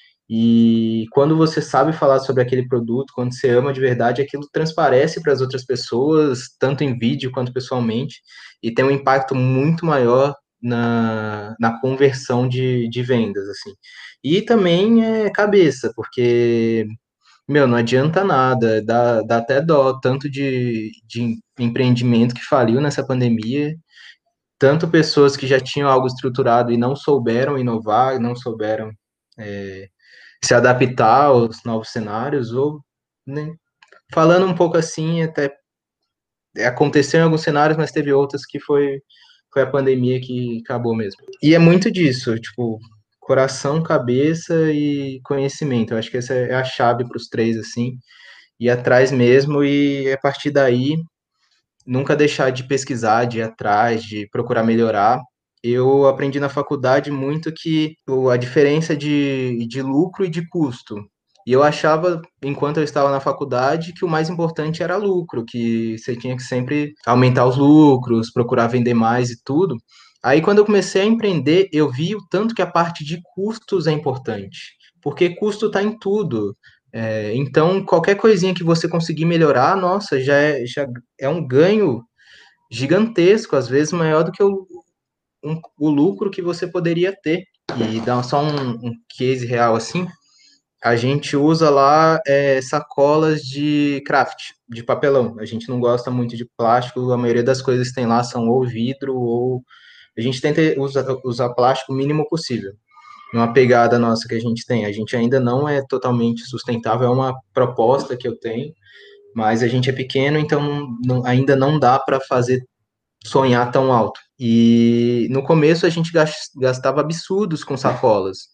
E quando você sabe falar sobre aquele produto, quando você ama de verdade, aquilo transparece para as outras pessoas, tanto em vídeo quanto pessoalmente, e tem um impacto muito maior na, na conversão de, de vendas, assim. E também é cabeça, porque, meu, não adianta nada, dá, dá até dó, tanto de, de empreendimento que faliu nessa pandemia, tanto pessoas que já tinham algo estruturado e não souberam inovar, não souberam é, se adaptar aos novos cenários, ou, né, falando um pouco assim, até aconteceu em alguns cenários, mas teve outros que foi, foi a pandemia que acabou mesmo. E é muito disso, tipo, coração, cabeça e conhecimento. Eu acho que essa é a chave para os três, assim, ir atrás mesmo e a partir daí nunca deixar de pesquisar, de ir atrás, de procurar melhorar. Eu aprendi na faculdade muito que o- a diferença de, de lucro e de custo. E eu achava, enquanto eu estava na faculdade, que o mais importante era lucro, que você tinha que sempre aumentar os lucros, procurar vender mais e tudo. Aí, quando eu comecei a empreender, eu vi o tanto que a parte de custos é importante, porque custo está em tudo. É, então, qualquer coisinha que você conseguir melhorar, nossa, já é, já é um ganho gigantesco, às vezes maior do que o, um, o lucro que você poderia ter. E dá só um, um case real assim, a gente usa lá é, sacolas de craft, de papelão. A gente não gosta muito de plástico, a maioria das coisas que tem lá são ou vidro ou... A gente tenta usar, usar plástico o mínimo possível. Uma pegada nossa que a gente tem. A gente ainda não é totalmente sustentável, é uma proposta que eu tenho, mas a gente é pequeno, então não, ainda não dá para fazer sonhar tão alto. E no começo a gente gastava absurdos com sacolas.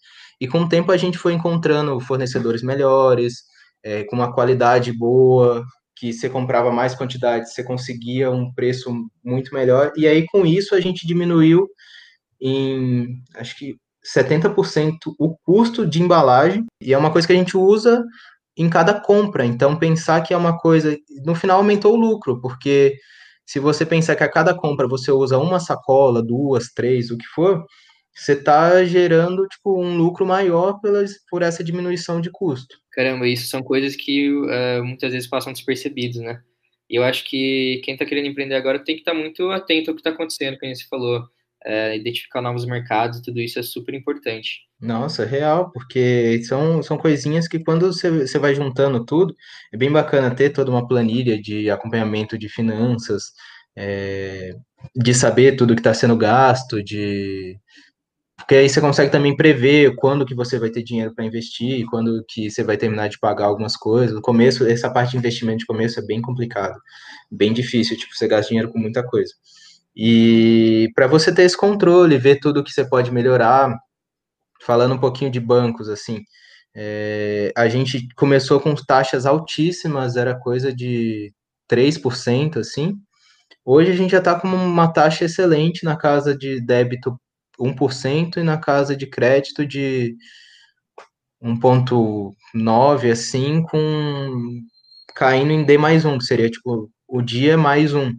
E com o tempo a gente foi encontrando fornecedores melhores, é, com uma qualidade boa, que você comprava mais quantidade, você conseguia um preço muito melhor. E aí, com isso, a gente diminuiu em, acho que, setenta por cento o custo de embalagem. E é uma coisa que a gente usa em cada compra. Então, pensar que é uma coisa... No final, aumentou o lucro, porque se você pensar que a cada compra você usa uma sacola, duas, três, o que for, você está gerando, tipo, um lucro maior pelas, por essa diminuição de custo. Caramba, isso são coisas que uh, muitas vezes passam despercebidos, né? E eu acho que quem está querendo empreender agora tem que estar muito atento ao que está acontecendo, como você falou, uh, identificar novos mercados, tudo isso é super importante. Nossa, real, porque são, são coisinhas que quando você, você vai juntando tudo, é bem bacana ter toda uma planilha de acompanhamento de finanças, é, de saber tudo que está sendo gasto, de porque aí você consegue também prever quando que você vai ter dinheiro para investir, quando que você vai terminar de pagar algumas coisas. No começo, essa parte de investimento de começo é bem complicado, bem difícil, tipo, você gasta dinheiro com muita coisa. E para você ter esse controle, ver tudo que você pode melhorar, falando um pouquinho de bancos, assim, é, a gente começou com taxas altíssimas, era coisa de três por cento, assim. Hoje a gente já está com uma taxa excelente na casa de débito um por cento e na casa de crédito de um vírgula nove, assim, com caindo em D mais um, que seria tipo o dia mais um.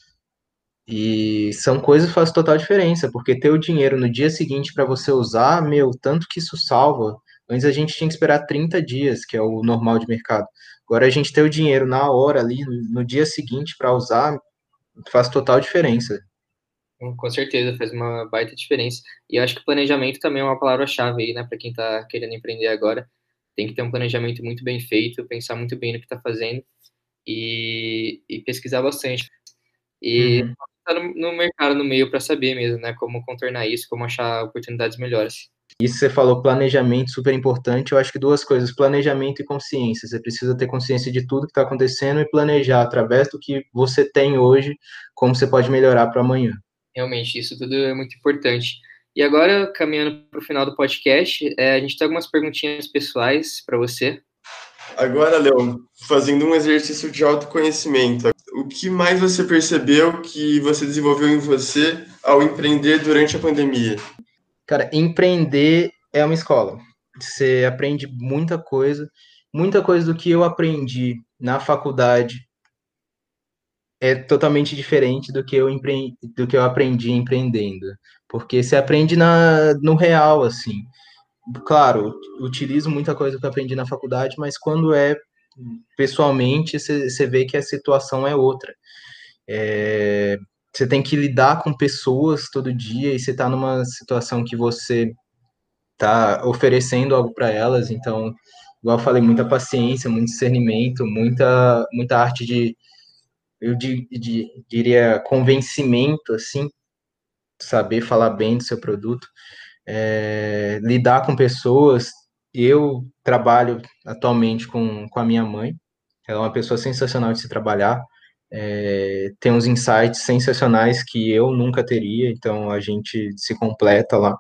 E são coisas que fazem total diferença, porque ter o dinheiro no dia seguinte para você usar, meu, tanto que isso salva. Antes a gente tinha que esperar trinta dias, que é o normal de mercado. Agora a gente ter o dinheiro na hora ali, no dia seguinte para usar, faz total diferença. Com certeza, faz uma baita diferença. E eu acho que planejamento também é uma palavra-chave aí, né, para quem está querendo empreender agora. Tem que ter um planejamento muito bem feito, pensar muito bem no que está fazendo e, e pesquisar bastante. E Uhum. estar no, no mercado, no meio, para saber mesmo, né, como contornar isso, como achar oportunidades melhores. Isso você falou, planejamento, super importante. Eu acho que duas coisas, planejamento e consciência. Você precisa ter consciência de tudo que está acontecendo e planejar através do que você tem hoje, como você pode melhorar para amanhã. Realmente, isso tudo é muito importante. E agora, caminhando para o final do podcast, é, a gente tem algumas perguntinhas pessoais para você. Agora, Léo, fazendo um exercício de autoconhecimento, o que mais você percebeu que você desenvolveu em você ao empreender durante a pandemia? Cara, empreender é uma escola. Você aprende muita coisa, muita coisa do que eu aprendi na faculdade é totalmente diferente do que eu, empre... do que eu aprendi empreendendo. Porque você aprende na... no real, assim. Claro, utilizo muita coisa que eu aprendi na faculdade, mas quando é pessoalmente, você, você vê que a situação é outra. É... Você tem que lidar com pessoas todo dia e você está numa situação que você está oferecendo algo para elas, então, igual eu falei, muita paciência, muito discernimento, muita, muita arte de, eu di- di- diria, convencimento, assim, saber falar bem do seu produto, é, lidar com pessoas. Eu trabalho atualmente com, com a minha mãe, ela é uma pessoa sensacional de se trabalhar, é, tem uns insights sensacionais que eu nunca teria, então a gente se completa lá.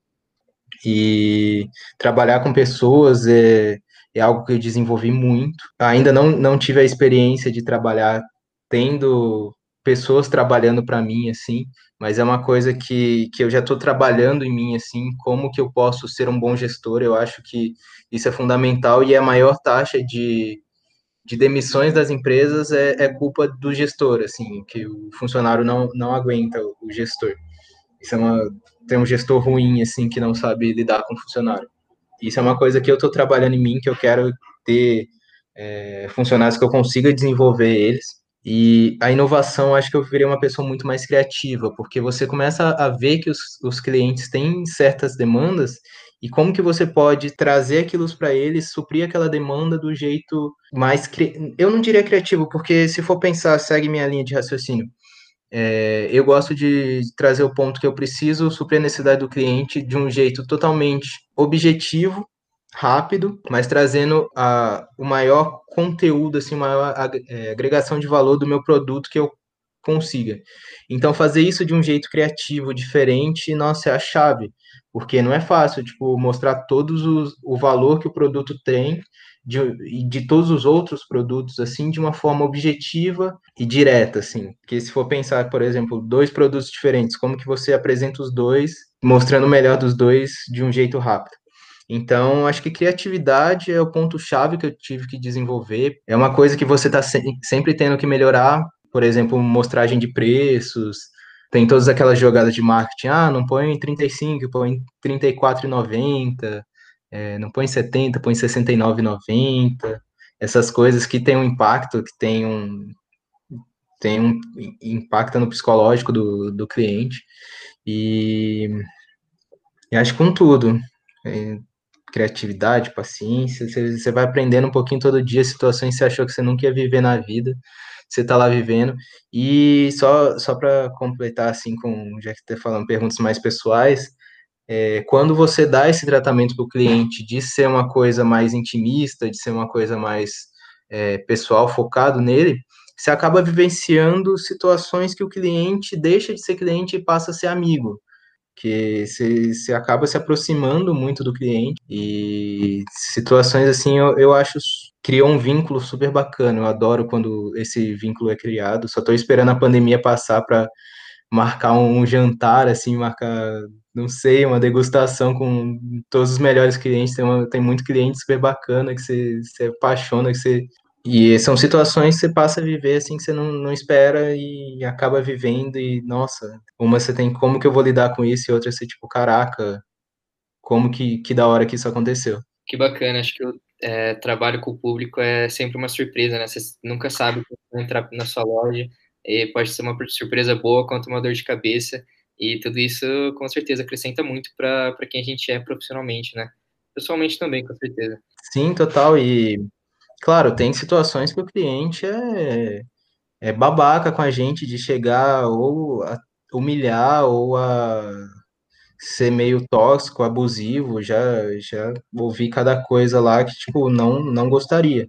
E trabalhar com pessoas é, é algo que eu desenvolvi muito. Ainda não, não tive a experiência de trabalhar tendo pessoas trabalhando para mim, assim, mas é uma coisa que, que eu já estou trabalhando em mim, assim, como que eu posso ser um bom gestor. Eu acho que isso é fundamental e a maior taxa de, de demissões das empresas é, é culpa do gestor, assim, que o funcionário não, não aguenta o, o gestor. Isso é uma, tem um gestor ruim, assim, que não sabe lidar com o funcionário. Isso é uma coisa que eu estou trabalhando em mim, que eu quero ter é, funcionários que eu consiga desenvolver eles. E a inovação, acho que eu virei uma pessoa muito mais criativa, porque você começa a ver que os, os clientes têm certas demandas e como que você pode trazer aquilo para eles, suprir aquela demanda do jeito mais... Cri... Eu não diria criativo, porque se for pensar, segue minha linha de raciocínio. É, eu gosto de trazer o ponto que eu preciso suprir a necessidade do cliente de um jeito totalmente objetivo, rápido, mas trazendo a, o maior conteúdo, assim, maior ag- é, agregação de valor do meu produto que eu consiga. Então, fazer isso de um jeito criativo, diferente, nossa, é a chave, porque não é fácil, tipo, mostrar todos os, o valor que o produto tem de, e de todos os outros produtos, assim, de uma forma objetiva e direta, assim. Porque se for pensar, por exemplo, dois produtos diferentes, como que você apresenta os dois, mostrando o melhor dos dois de um jeito rápido? Então, acho que criatividade é o ponto-chave que eu tive que desenvolver. É uma coisa que você está se sempre tendo que melhorar, por exemplo, mostragem de preços, tem todas aquelas jogadas de marketing, ah, não põe trinta e cinco, põe trinta e quatro e noventa, é, não põe setenta, põe sessenta e nove e noventa, essas coisas que tem um impacto, que tem um, tem um impacto no psicológico do, do cliente, e, e acho que com tudo, é, criatividade, paciência, você, você vai aprendendo um pouquinho todo dia, situações que você achou que você nunca ia viver na vida, você tá lá vivendo. E só, só para completar, assim, com, já que tá falando perguntas mais pessoais, é, quando você dá esse tratamento para o cliente de ser uma coisa mais intimista, de ser uma coisa mais é, pessoal, focado nele, você acaba vivenciando situações que o cliente deixa de ser cliente e passa a ser amigo, que você, você acaba se aproximando muito do cliente e situações assim eu, eu acho criou um vínculo super bacana. Eu adoro quando esse vínculo é criado. Só estou esperando a pandemia passar para marcar um jantar, assim, marcar, não sei, uma degustação com todos os melhores clientes. Tem, uma, tem muito cliente super bacana que você, você apaixona, que você. E são situações que você passa a viver assim que você não, não espera e acaba vivendo, e nossa, uma você tem como que eu vou lidar com isso, e outra você, tipo, caraca, como que, que da hora que isso aconteceu. Que bacana, acho que o é, trabalho com o público é sempre uma surpresa, né? Você nunca sabe quando vai entrar na sua loja, e pode ser uma surpresa boa quanto uma dor de cabeça, e tudo isso com certeza acrescenta muito para para quem a gente é profissionalmente, né? Pessoalmente também, com certeza. Sim, total. E claro, tem situações que o cliente é, é babaca com a gente de chegar ou a humilhar ou a ser meio tóxico, abusivo. Já, já ouvi cada coisa lá que, tipo, não, não gostaria.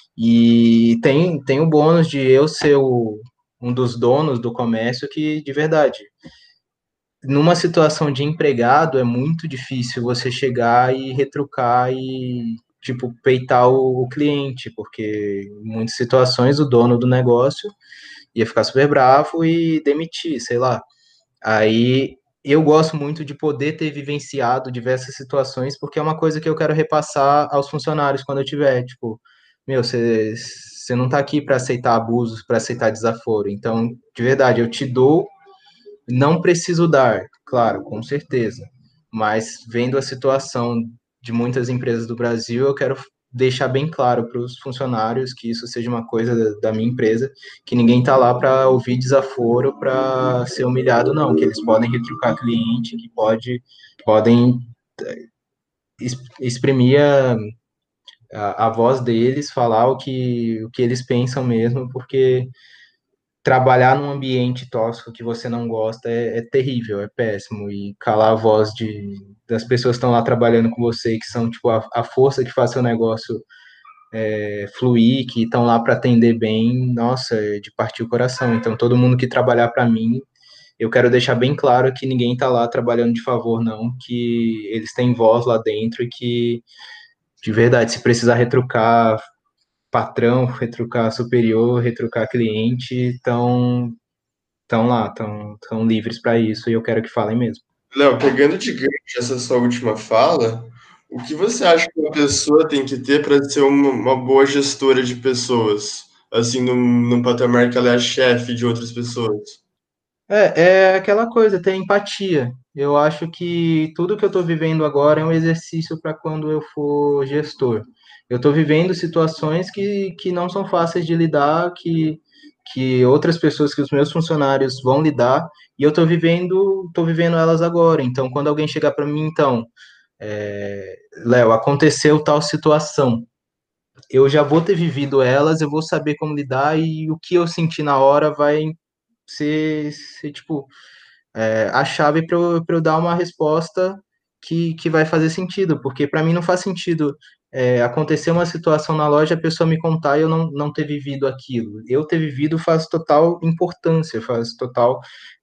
E tem, tem o bônus de eu ser o, um dos donos do comércio que, de verdade, numa situação de empregado, é muito difícil você chegar e retrucar e, tipo, peitar o, o cliente, porque em muitas situações o dono do negócio ia ficar super bravo e demitir, sei lá. Aí eu gosto muito de poder ter vivenciado diversas situações, porque é uma coisa que eu quero repassar aos funcionários quando eu tiver, tipo, meu, você você não tá aqui para aceitar abusos, para aceitar desaforo. Então, de verdade, eu te dou, não preciso dar, claro, com certeza. Mas vendo a situação de muitas empresas do Brasil, eu quero deixar bem claro para os funcionários que isso seja uma coisa da, da minha empresa, que ninguém está lá para ouvir desaforo, para ser humilhado, não, que eles podem retrucar cliente, que pode, podem exprimir a, a, a voz deles, falar o que, o que eles pensam mesmo, porque trabalhar num ambiente tóxico que você não gosta é, é terrível, é péssimo. E calar a voz de, das pessoas que estão lá trabalhando com você, que são tipo a, a força que faz seu negócio é, fluir, que estão lá para atender bem, nossa, é de partir o coração. Então, todo mundo que trabalhar para mim, eu quero deixar bem claro que ninguém está lá trabalhando de favor, não, que eles têm voz lá dentro e que, de verdade, se precisar retrucar patrão, retrucar superior, retrucar cliente, estão estão lá, estão tão livres para isso, e eu quero que falem mesmo. Léo, pegando de gancho essa sua última fala, o que você acha que uma pessoa tem que ter para ser uma, uma boa gestora de pessoas? Assim, num, num patamar que ela é a chefe de outras pessoas? É, é aquela coisa, ter empatia. Eu acho que tudo que eu estou vivendo agora é um exercício para quando eu for gestor. Eu estou vivendo situações que, que não são fáceis de lidar, que, que outras pessoas, que os meus funcionários vão lidar, e eu estou vivendo, estou vivendo elas agora. Então, quando alguém chegar para mim, então, é, Léo, aconteceu tal situação, eu já vou ter vivido elas, eu vou saber como lidar, e o que eu senti na hora vai ser, ser tipo, é, a chave para eu, pra eu dar uma resposta que, que vai fazer sentido, porque para mim não faz sentido é, acontecer uma situação na loja, a pessoa me contar e eu não, não ter vivido aquilo. Eu ter vivido faz total importância, faz total,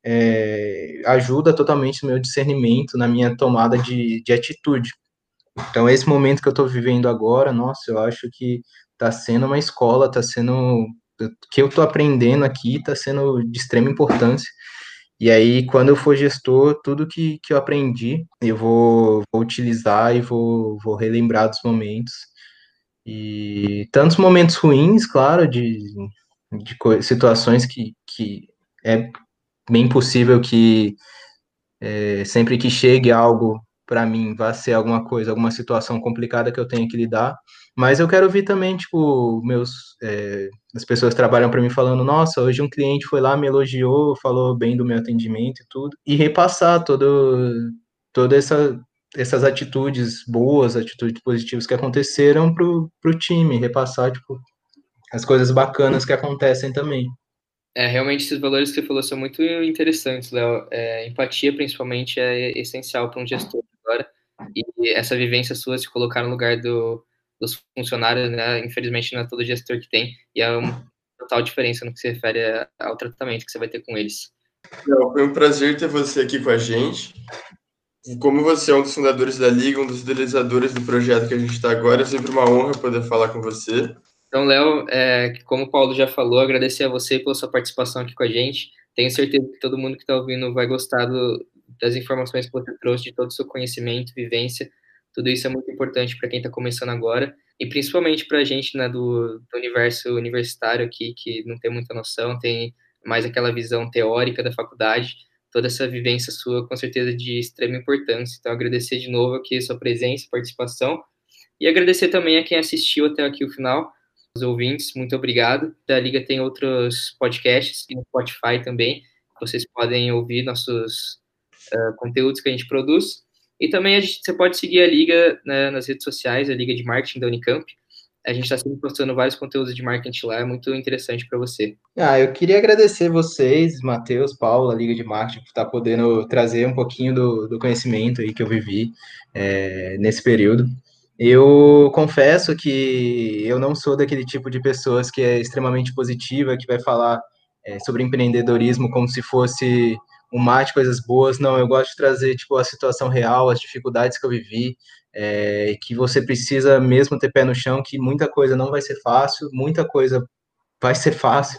é, ajuda totalmente no meu discernimento, na minha tomada de, de atitude. Então, esse momento que eu estou vivendo agora, nossa, eu acho que está sendo uma escola, está sendo, o que eu estou aprendendo aqui está sendo de extrema importância. E aí, quando eu for gestor, tudo que, que eu aprendi, eu vou, vou utilizar e vou, vou relembrar dos momentos. E tantos momentos ruins, claro, de, de co- situações que, que é bem possível que é, sempre que chegue algo para mim vai ser alguma coisa, alguma situação complicada que eu tenha que lidar. Mas eu quero ouvir também, tipo, meus, é, as pessoas que trabalham para mim falando, nossa, hoje um cliente foi lá, me elogiou, falou bem do meu atendimento e tudo, e repassar todo, toda essa essas atitudes boas, atitudes positivas que aconteceram pro, pro time, repassar, tipo, as coisas bacanas que acontecem também. É, realmente, esses valores que você falou são muito interessantes, Léo. É, empatia, principalmente, é essencial para um gestor agora. E essa vivência sua, se colocar no lugar do, dos funcionários, né? Infelizmente, não é todo gestor que tem. E é uma total diferença no que se refere ao tratamento que você vai ter com eles. Léo, foi um prazer ter você aqui com a gente. E como você é um dos fundadores da Liga, um dos idealizadores do projeto que a gente está agora, é sempre uma honra poder falar com você. Então, Léo, é, como o Paulo já falou, agradecer a você pela sua participação aqui com a gente. Tenho certeza que todo mundo que está ouvindo vai gostar do, das informações que você trouxe, de todo o seu conhecimento, vivência. Tudo isso é muito importante para quem está começando agora, e principalmente para a gente, né, do, do universo universitário aqui, que não tem muita noção, tem mais aquela visão teórica da faculdade. Toda essa vivência sua, com certeza, de extrema importância. Então, agradecer de novo aqui a sua presença, participação, e agradecer também a quem assistiu até aqui o final, os ouvintes, muito obrigado. A Liga tem outros podcasts no Spotify também, vocês podem ouvir nossos uh, conteúdos que a gente produz. E também a gente, você pode seguir a Liga, né, nas redes sociais, a Liga de Marketing da Unicamp. A gente está sempre postando vários conteúdos de marketing lá, é muito interessante para você. Ah, eu queria agradecer vocês, Matheus, Paulo, a Liga de Marketing, por estar podendo trazer um pouquinho do, do conhecimento aí que eu vivi é, nesse período. Eu confesso que eu não sou daquele tipo de pessoas que é extremamente positiva, que vai falar é, sobre empreendedorismo como se fosse um mar de coisas boas. Não, eu gosto de trazer tipo a situação real, as dificuldades que eu vivi, é, que você precisa mesmo ter pé no chão, que muita coisa não vai ser fácil, muita coisa vai ser fácil,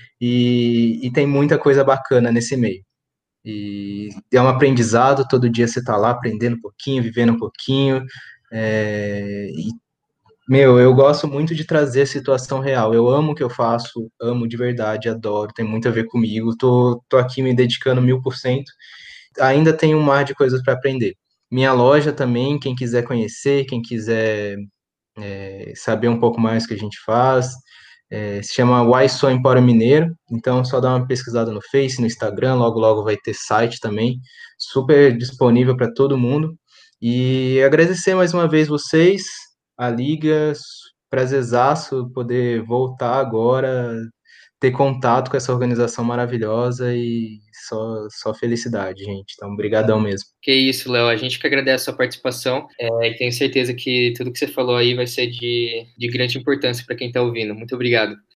e, e tem muita coisa bacana nesse meio. E é um aprendizado, todo dia você está lá aprendendo um pouquinho, vivendo um pouquinho. É, e, meu, eu gosto muito de trazer situação real. Eu amo o que eu faço, amo de verdade, adoro, tem muito a ver comigo. Tô, tô aqui me dedicando mil por cento. Ainda tem um mar de coisas para aprender. Minha loja também, quem quiser conhecer, quem quiser é, saber um pouco mais o que a gente faz, é, se chama Why Sou Empório Mineiro, então só dá uma pesquisada no Face, no Instagram, logo logo vai ter site também, super disponível para todo mundo. E agradecer mais uma vez vocês, a Liga, prazerzaço poder voltar agora, ter contato com essa organização maravilhosa e só, só felicidade, gente. Então, brigadão mesmo. Que isso, Léo. A gente que agradece a sua participação, é, e tenho certeza que tudo que você falou aí vai ser de, de grande importância para quem está ouvindo. Muito obrigado.